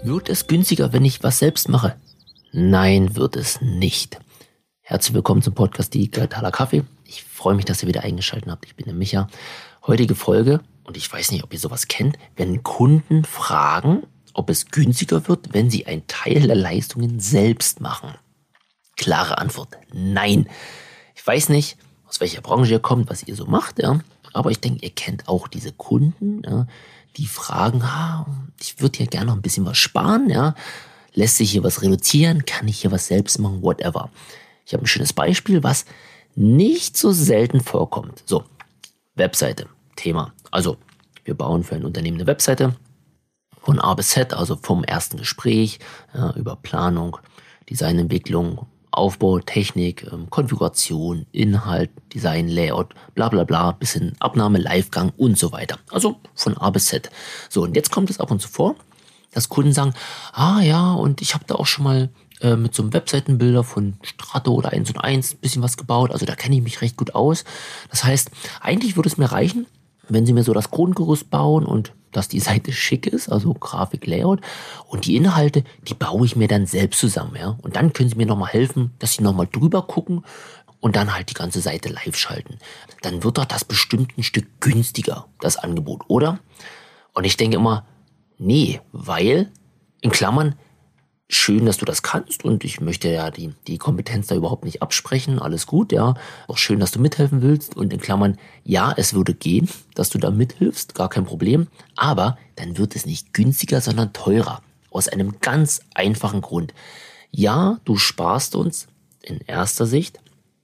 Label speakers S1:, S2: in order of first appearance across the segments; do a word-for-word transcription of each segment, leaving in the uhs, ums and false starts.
S1: Wird es günstiger, wenn ich was selbst mache? Nein, wird es nicht. Herzlich willkommen zum Podcast Digitaler Kaffee. Ich freue mich, dass ihr wieder eingeschaltet habt. Ich bin der Micha. Heutige Folge, und ich weiß nicht, ob ihr sowas kennt, wenn Kunden fragen, ob es günstiger wird, wenn sie einen Teil der Leistungen selbst machen. Klare Antwort, nein. Ich weiß nicht, aus welcher Branche ihr kommt, was ihr so macht, ja. Aber ich denke, ihr kennt auch diese Kunden, ja, die fragen, ah, ich würde hier gerne noch ein bisschen was sparen, ja. Lässt sich hier was reduzieren? Kann ich hier was selbst machen? Whatever. Ich habe ein schönes Beispiel, was nicht so selten vorkommt. So, Webseite, Thema. Also, wir bauen für ein Unternehmen eine Webseite von A bis Z, also vom ersten Gespräch, ja, über Planung, Designentwicklung, Aufbau, Technik, ähm, Konfiguration, Inhalt, Design, Layout, bla bla bla, bis hin Abnahme, Livegang und so weiter. Also von A bis Z. So, und jetzt kommt es ab und zu vor, dass Kunden sagen, ah ja, und ich habe da auch schon mal äh, mit so einem Webseitenbilder von Strato oder eins und eins ein bisschen was gebaut, also da kenne ich mich recht gut aus. Das heißt, eigentlich würde es mir reichen, wenn Sie mir so das Grundgerüst bauen und dass die Seite schick ist, also Grafik, Layout, und die Inhalte, die baue ich mir dann selbst zusammen, ja. Und dann können Sie mir nochmal helfen, dass Sie nochmal drüber gucken und dann halt die ganze Seite live schalten. Dann wird doch das bestimmt ein Stück günstiger, das Angebot, oder? Und ich denke immer, nee, weil, in Klammern, schön, dass du das kannst und ich möchte ja die, die Kompetenz da überhaupt nicht absprechen, alles gut, ja. Auch schön, dass du mithelfen willst und in Klammern, ja, es würde gehen, dass du da mithilfst, gar kein Problem, aber dann wird es nicht günstiger, sondern teurer. Aus einem ganz einfachen Grund. Ja, du sparst uns in erster Sicht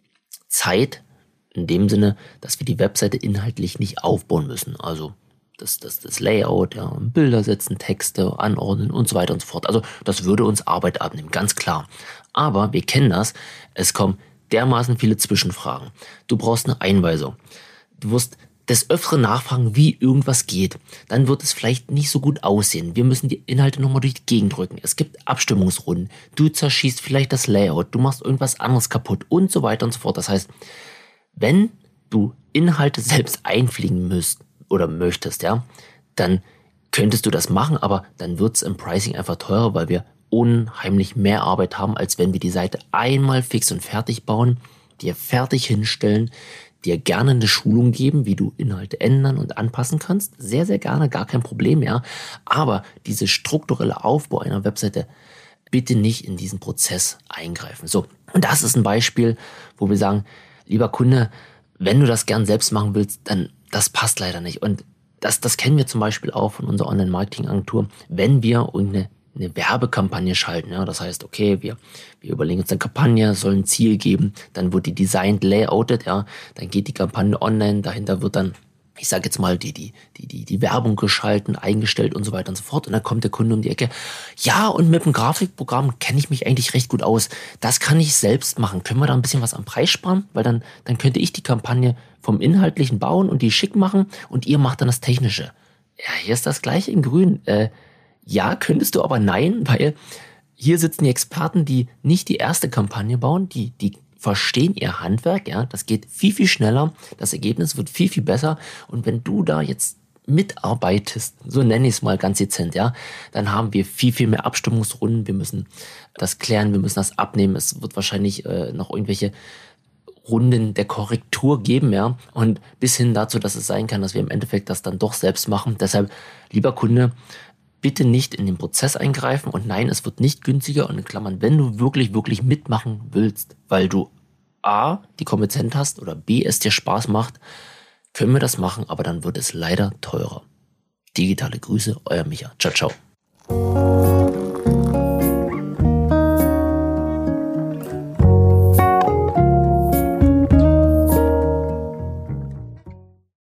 S1: Zeit, in dem Sinne, dass wir die Webseite inhaltlich nicht aufbauen müssen, also Das, das, das Layout, ja, Bilder setzen, Texte anordnen und so weiter und so fort. Also das würde uns Arbeit abnehmen, ganz klar. Aber wir kennen das, es kommen dermaßen viele Zwischenfragen. Du brauchst eine Einweisung. Du wirst des Öfteren nachfragen, wie irgendwas geht. Dann wird es vielleicht nicht so gut aussehen. Wir müssen die Inhalte nochmal durch die Gegend drücken. Es gibt Abstimmungsrunden. Du zerschießt vielleicht das Layout. Du machst irgendwas anderes kaputt und so weiter und so fort. Das heißt, wenn du Inhalte selbst einfliegen müsst, oder möchtest, ja, dann könntest du das machen, aber dann wird es im Pricing einfach teurer, weil wir unheimlich mehr Arbeit haben, als wenn wir die Seite einmal fix und fertig bauen, dir fertig hinstellen, dir gerne eine Schulung geben, wie du Inhalte ändern und anpassen kannst. Sehr, sehr gerne, gar kein Problem, ja. Aber diese strukturelle Aufbau einer Webseite, bitte nicht in diesen Prozess eingreifen. So, und das ist ein Beispiel, wo wir sagen, lieber Kunde, wenn du das gern selbst machen willst, dann das passt leider nicht. Und das, das kennen wir zum Beispiel auch von unserer Online-Marketing-Agentur, wenn wir irgendeine eine Werbekampagne schalten. Ja, das heißt, okay, wir, wir überlegen uns eine Kampagne, soll ein Ziel geben, dann wird die designed, layoutet, ja, dann geht die Kampagne online, dahinter wird dann, ich sage jetzt mal, die, die, die, die, die Werbung geschalten, eingestellt und so weiter und so fort. Und dann kommt der Kunde um die Ecke. Ja, und mit dem Grafikprogramm kenne ich mich eigentlich recht gut aus. Das kann ich selbst machen. Können wir da ein bisschen was am Preis sparen? Weil dann, dann könnte ich die Kampagne vom Inhaltlichen bauen und die schick machen und ihr macht dann das Technische. Ja, hier ist das gleiche in grün. Äh, ja, könntest du, aber nein, weil hier sitzen die Experten, die nicht die erste Kampagne bauen, die, die verstehen ihr Handwerk, ja, das geht viel, viel schneller, das Ergebnis wird viel, viel besser und wenn du da jetzt mitarbeitest, so nenne ich es mal ganz dezent, ja, dann haben wir viel, viel mehr Abstimmungsrunden, wir müssen das klären, wir müssen das abnehmen, es wird wahrscheinlich äh, noch irgendwelche Runden der Korrektur geben, ja, und bis hin dazu, dass es sein kann, dass wir im Endeffekt das dann doch selbst machen. Deshalb, lieber Kunde, bitte nicht in den Prozess eingreifen und nein, es wird nicht günstiger und in Klammern, wenn du wirklich, wirklich mitmachen willst, weil du A, die Kompetenz hast oder B, es dir Spaß macht, können wir das machen, aber dann wird es leider teurer. Digitale Grüße, euer Micha. Ciao, ciao.